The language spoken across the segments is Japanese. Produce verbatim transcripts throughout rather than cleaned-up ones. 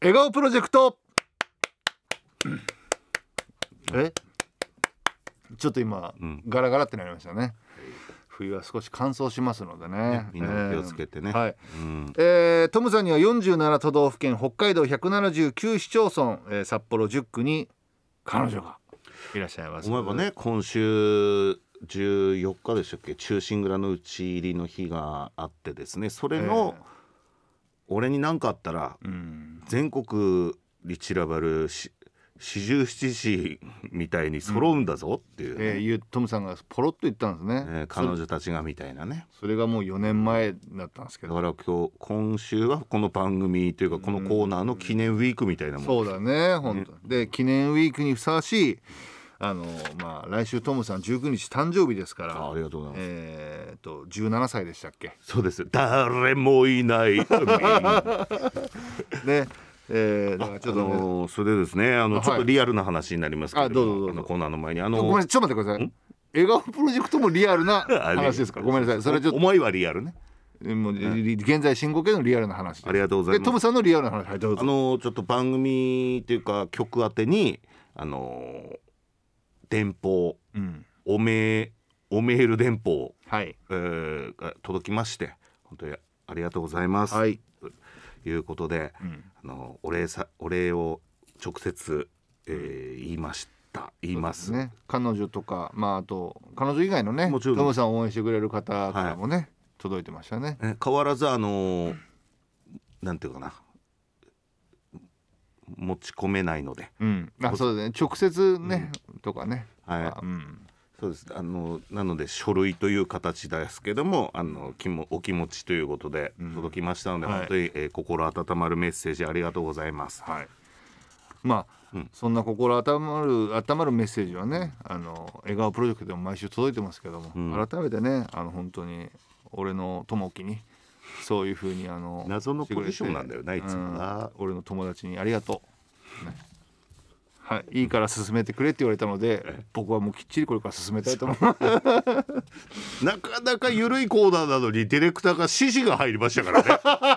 笑顔プロジェクトえちょっと今、うん、ガラガラってなりましたね。冬は少し乾燥しますので ね, ねみんな気をつけてね、 えーはいうんえー、トムさんにはよんじゅうなな都道府県北海道ひゃくななじゅうきゅう市町村、えー、札幌じゅっくに彼女がいらっしゃいます。 思えばね今週じゅうよっかでしたっけ忠臣蔵の討ち入りの日があってですねそれの、えー、俺に何かあったら、うん、全国に散らばるし四十七士みたいに揃うんだぞっていう、ねうんえー、トムさんがポロッと言ったんですね、 えー、彼女たちがみたいなねそ, それがもうよねんまえだったんですけどだから今日今週はこの番組というかこのコーナーの記念ウィークみたいなもん、 そうだね本当、ね、で記念ウィークにふさわしいあのまあ、来週トムさんじゅうくにち誕生日ですからあ, ありがとうございます、 えー、とじゅうななさいでしたっけ。 そうです誰もいないねえー、だからちょっと、ねあのー、それでですねあの、はい、ちょっとリアルな話になりますけど、 あどうぞどうぞあのコーナーの前にあのー、 ごめんなさいちょっと待ってください。笑顔プロジェクトもリアルな話ですからごめんなさいそれちょっと思いはリアルねもう、うん、現在進行形のリアルな話です。 ありがとうございます。 でトムさんのリアルな話、はい、どうぞ。 あのー、ちょっと番組というか曲宛てにあのー、電報、うん、おめおメール電報、はいえー、が届きまして本当にありがとうございます、はい、ということで、うん、あのお礼さお礼を直接、えー、言いました言います、 ね、彼女とか、まあ、あと彼女以外のねトムさんを応援してくれる方からもね、はい、届いてましたね。 え変わらずあのー、なんていうかな持ち込めないので、 うん、あそうですね直接ね、うん、とかね、 はい、うん、そうですあのなので書類という形ですけどもあのきもお気持ちということで届きましたので、うん、本当に、はいえー、心温まるメッセージありがとうございます、はい、 まあ、うん、そんな心温まる温まるメッセージはねあの笑顔プロジェクトでも毎週届いてますけども、うん、改めてねあの本当に俺の友樹にそういう風にあの謎のポジションなんだよないつもな、 うん、俺の友達にありがとう、ねはい、いいから進めてくれって言われたので僕はもうきっちりこれから進めたいと思うなかなか緩いコーナーなのにディレクターが指示が入りましたからね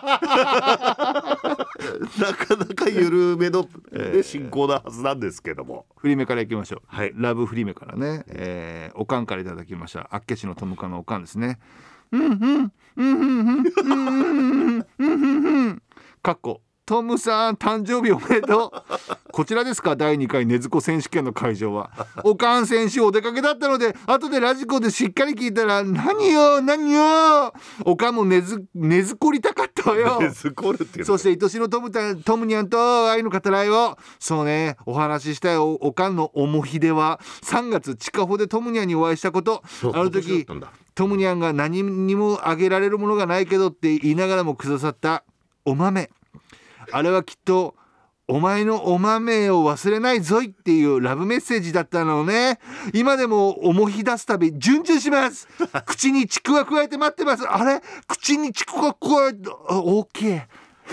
なかなか緩めの、ね、進行なはずなんですけども、 振り目からいきましょう、はい、ラブ振り目からね、えー、おかんからいただきましたあっけしのトムカのおかんですね。うんうんうんうんうんうんうんうんかっこトムさん誕生日おめでとうこちらですかだいにかいねずこ選手権の会場はおかん選手お出かけだったので後でラジコでしっかり聞いたら何よ何よおかんもねずねずこりたかったわよねずこるっていうそして愛しのトムたトムニャンと愛の語らいをそうねお話ししたよ お, おかんのおもひではさんがつ地下歩でトムニャンにお会いしたことあの時トムニャンが何にもあげられるものがないけどって言いながらもくださったお豆あれはきっとお前のお豆を忘れないぞいっていうラブメッセージだったのね。今でも思い出すたび順々します口にちくわ加えて待ってます。あれ口にちくわ加えて大きい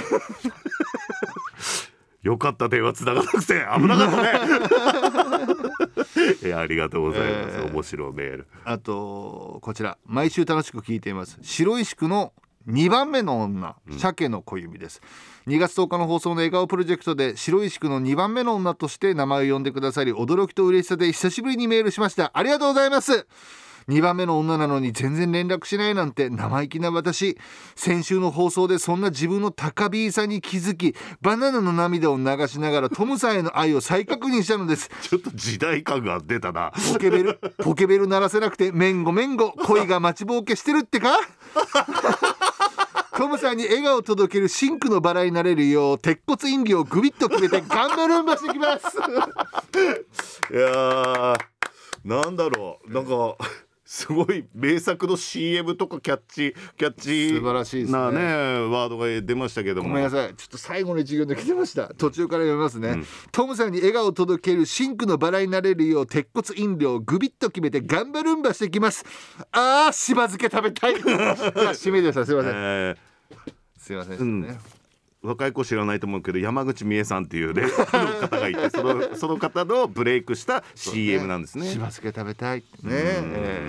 よかった電話つながなくて危なかったねいやありがとうございます、えー、面白いメール。 あとこちら毎週楽しく聞いています白石区のにばんめの女鮭の小指です、うん、にがつとおかの放送の笑顔プロジェクトで白石区のにばんめの女として名前を呼んでくださり驚きと嬉しさで久しぶりにメールしました。ありがとうございます。にばんめの女なのに全然連絡しないなんて生意気な私。先週の放送でそんな自分の高ビーさに気づきバナナの涙を流しながらトムさんへの愛を再確認したのです。 ちょっと時代感が出たな。 ポケベルポケベル鳴らせなくてめんごめんご恋が待ちぼうけしてるってかトムさんに笑顔を届けるシンクのバラになれるよう鉄骨飲料をグビッと決めて頑張るんばしてきますいやーなんだろうなんかすごい名作の シーエム とかキャッチキャッチ素晴らしいですねなねワードが出ましたけども、 ごめんなさいちょっと最後の一行で来てました。途中から読みますね、うん、トムさんに笑顔を届けるシンクのバラになれるよう鉄骨飲料をグビッと決めて頑張るんばしてきます。あーしば漬け食べたいじゃあ締めですすいません、えー、すいません、うんね若い子知らないと思うけど山口美恵さんっていうね方がいてその、その方のブレイクした シーエム なんですね。 しば漬け食べたいね、えー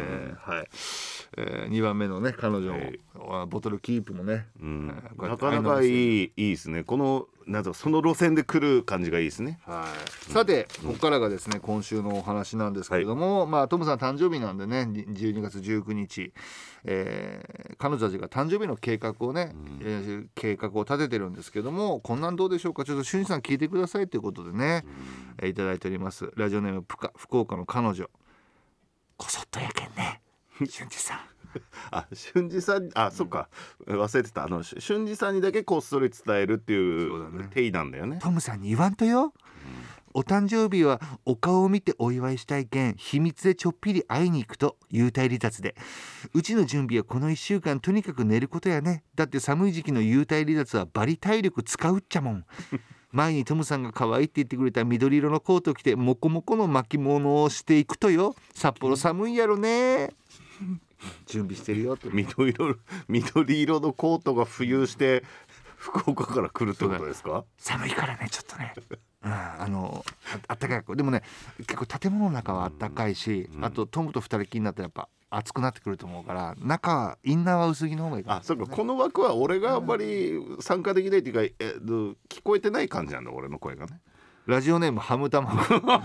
はい、えー、にばんめのね彼女の、えー、ボトルキープもね、 うん、えー、なかなかいいいいですね。このなんかその路線で来る感じがいいですね。 はい、さて、うん、ここからがですね今週のお話なんですけれども、はい、まあトムさん誕生日なんでねじゅうにがつじゅうくにち、えー、彼女たちが誕生日の計画をね、うんえー、計画を立ててるんですけども、こんなんどうでしょうか、ちょっと俊二さん聞いてくださいということでね、うんえー、いただいております。ラジオネームプカ福岡の彼女、こそっとやけんね俊二さんあ、俊二さん、あ、うん、そっか忘れてた、あの俊二さんにだけこっそり伝えるっていう定義なんだよね。 トムさんに言わんとよ、うん、お誕生日はお顔を見てお祝いしたいけん秘密でちょっぴり会いに行くと幽体離脱で、うちの準備はこのいっしゅうかんとにかく寝ることやね。だって寒い時期の幽体離脱はバリ体力使うっちゃもん前にトムさんが可愛いって言ってくれた緑色のコートを着てモコモコの巻物をしていくとよ。札幌寒いやろね準備してるよと。 緑色、緑色のコートが浮遊して福岡から来るってことですか。 寒いからねちょっとね、うん、あの あ, あったかい。でもね結構建物の中はあったかいし、うん、あとトムとふたりきりになったらやっぱ暑くなってくると思うから、中はインナーは薄着の方がいいかも、ね、 あ、そうか、この枠は俺があんまり参加できないっていうか、え聞こえてない感じなんだ俺の声がね。 ラジオネームハムタマ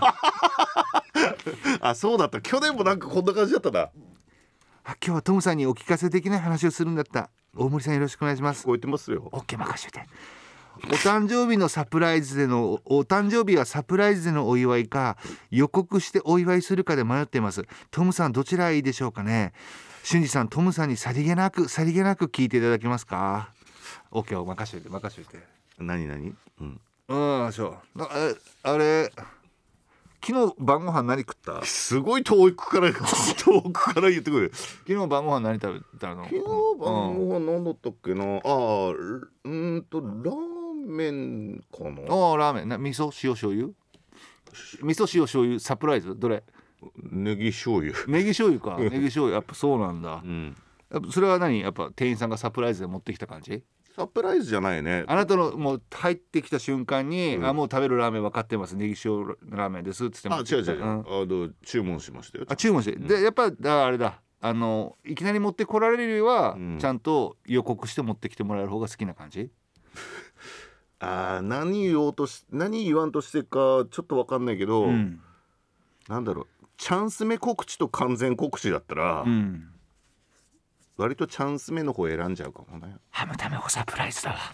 あ、そうだった。去年もなんかこんな感じだったな。 今日はトムさんにお聞かせできない話をするんだった。大森さんよろしくお願いします。 聞こえてますよ。 OK 任せて。お誕生日のサプライズでのお誕生日はサプライズでのお祝いか予告してお祝いするかで迷っています。トムさんどちらいいでしょうかね。俊二さん、トムさんにさりげなくさりげなく聞いていただけますか。 OK を任せて任せて。 何何、うん、 うん、そう。あ, あれ昨日晩ご飯何食った？ すごい遠くから遠くから言ってくる。 昨日晩ご飯何食べたの？ 昨日晩ご飯何だったっけな、うん、ああうんとラーメンかな。 ああラーメンな、味噌塩醤油味噌塩醤油サプライズどれ？ ネギ醤油。 ネギ醤油かネギ醤油やっぱそうなんだ、うん、それは何やっぱ店員さんがサプライズで持ってきた感じ？ サプライズじゃないね。 あなたのもう入ってきた瞬間に、うん、あもう食べるラーメン分かってますネギ塩ラーメンですって言って。 あ違う違う、うん、あの注文しましたよ。 あ注文して、うん、でやっぱだあれだあのいきなり持ってこられるよりは、うん、ちゃんと予告して持ってきてもらえる方が好きな感じ？ あ何言おうとし何言わんとしてかちょっと分かんないけど、うん、なんだろうチャンス目告知と完全告知だったら、うん、割とチャンス目の方選んじゃうかもね。 ハム卵サプライズだわ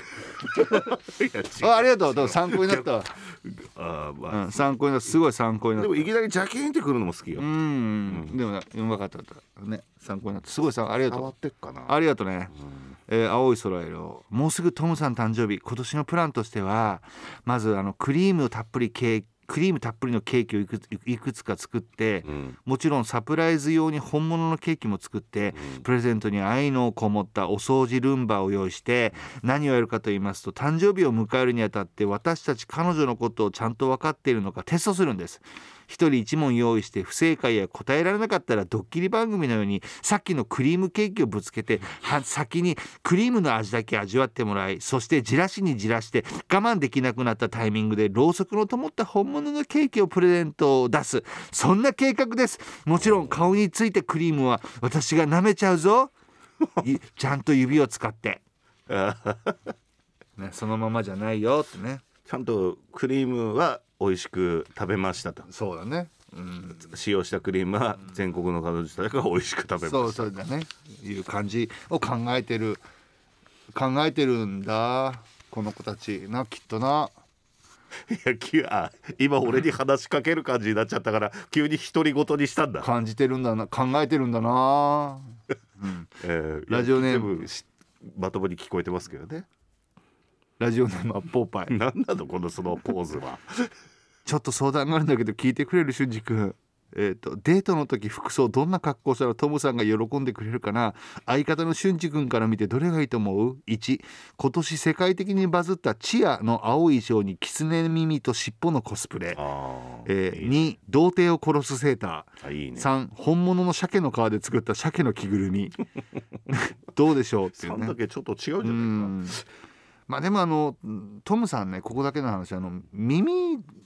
あ, ありがとう。どう参考になったわあ、まあうん、参考になったすごい参考になった。 でもいきなりジャキーンってくるのも好きよ。うん、 うん、でもね分かった分かったね参考になったすごいさありがとう。 変わってっかな。 ありがとうね、うんえー、青い空色もうすぐトムさん誕生日。今年のプランとしてはまずあのクリームをたっぷりケーキクリームたっぷりのケーキをいくつ、いくつか作って、うん、もちろんサプライズ用に本物のケーキも作って、うん、プレゼントに愛のこもったお掃除ルンバを用意して、何をやるかと言いますと誕生日を迎えるにあたって私たち彼女のことをちゃんと分かっているのかテストするんです。一人一問用意して不正解や答えられなかったらドッキリ番組のようにさっきのクリームケーキをぶつけて先にクリームの味だけ味わってもらい、そしてじらしにじらして我慢できなくなったタイミングでろうそくの灯った本物のケーキをプレゼントを出す、そんな計画です。もちろん顔についたクリームは私が舐めちゃうぞちゃんと指を使ってね、そのままじゃないよってね。 ちゃんとクリームは美味しく食べましたと。 そうだね、うん、 使用したクリームは全国の彼女たちが美味しく食べました。 そうそうだねいう感じを考えてる考えてるんだこの子たちなきっとな。 いやあ今俺に話しかける感じになっちゃったから急に独り言にしたんだ。 感じてるんだな考えてるんだな、うんえー、ラジオネームまともに聞こえてますけどね。 ラジオネームはポーパイ。 何なのこのそのポーズはちょっと相談があるんだけど聞いてくれる俊二君、えーと、デートの時服装どんな格好したらトムさんが喜んでくれるかな。相方の俊二君から見てどれがいいと思う？ いち 今年世界的にバズったチアの青い衣装に狐耳と尻尾のコスプレ、えー、に童貞を殺すセーター、いいね、さん本物の鮭の皮で作った鮭の着ぐるみどうでしょうっていうね。 さんだけちょっと違うじゃないか。 まあでもあのトムさんねここだけの話あの耳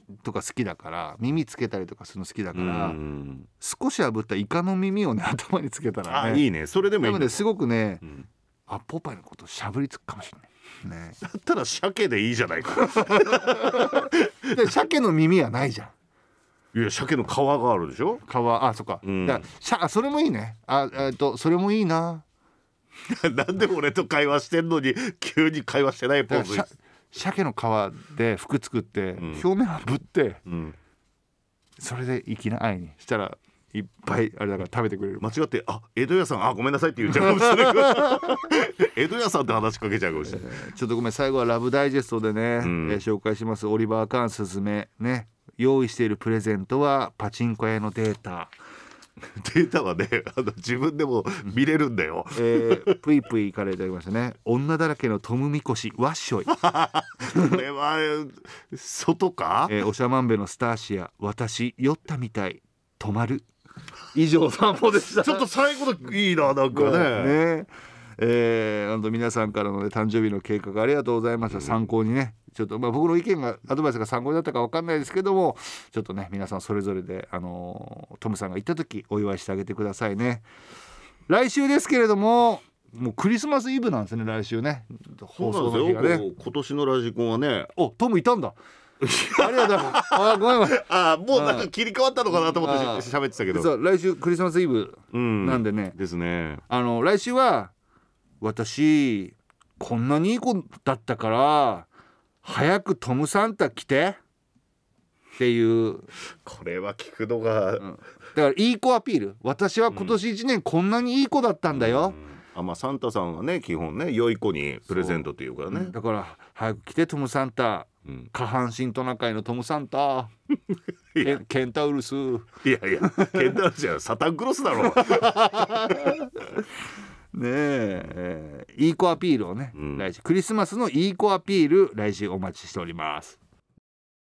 とか好きだから、耳つけたりとかするの好きだから、少し炙ったイカの耳をね頭につけたらね、 あいいね、それでもいい。 多分ねすごくね、うん、あポパイのことしゃぶりつくかもしれないね。 だったら鮭でいいじゃないかで鮭の耳はないじゃん。いや鮭の皮があるでしょ。 皮、あそっか、うん、だからそれもいいね。あえっとそれもいいななんで俺と会話してんのに急に会話してないポーズ。 鮭の皮で服作って、うん、表面炙って、うん、それで粋な愛にしたらいっぱいあれだから食べてくれる。 間違ってあ江戸屋さんあごめんなさいって言っちゃうかもしれない江戸屋さんって話しかけちゃうかもしれない、 えー、ちょっとごめん、最後はラブダイジェストでね、うん、えー、紹介しますオリバー・カーンすすめね。用意しているプレゼントはパチンコ屋のデータデータはねあの自分でも見れるんだよ、 えー、ぷいぷいからいただきましたね。女だらけのトムみこしわっしょいこれは外か、 えー、おしゃまんべのスターシア私酔ったみたい止まる。以上散歩でしたちょっと最後のいいな、なんかねねえー、なんと皆さんからの、ね、誕生日の計画ありがとうございました、うん、参考にねちょっと、まあ、僕の意見がアドバイスが参考になったか分かんないですけども、ちょっとね皆さんそれぞれで、あのー、トムさんが行った時お祝いしてあげてくださいね。来週ですけれどももうクリスマスイブなんですね来週ね。 放送の日がね。今年のラジコンはね、 おトムいたんだありがとうあごめんごめんあもうなんか切り替わったのかなと思って喋ってたけど、 そう来週クリスマスイブなんでね、 うん、ですね。 あの来週は私こんなにいい子だったから早くトムサンタ来てっていう、 これは聞くのが、うん、 だからいい子アピール。私は今年いちねんこんなにいい子だったんだよ、 うん、あまあサンタさんはね基本ね良い子にプレゼントっていうからね、うん、 だから早く来てトムサンタ、うん、下半身トナカイのトムサンタケ, ケンタウルス。いやいやケンタウルスじゃサタンクロスだろねえ、えー、いい子アピールをね、うん、来週クリスマスのいい子アピール来週お待ちしております。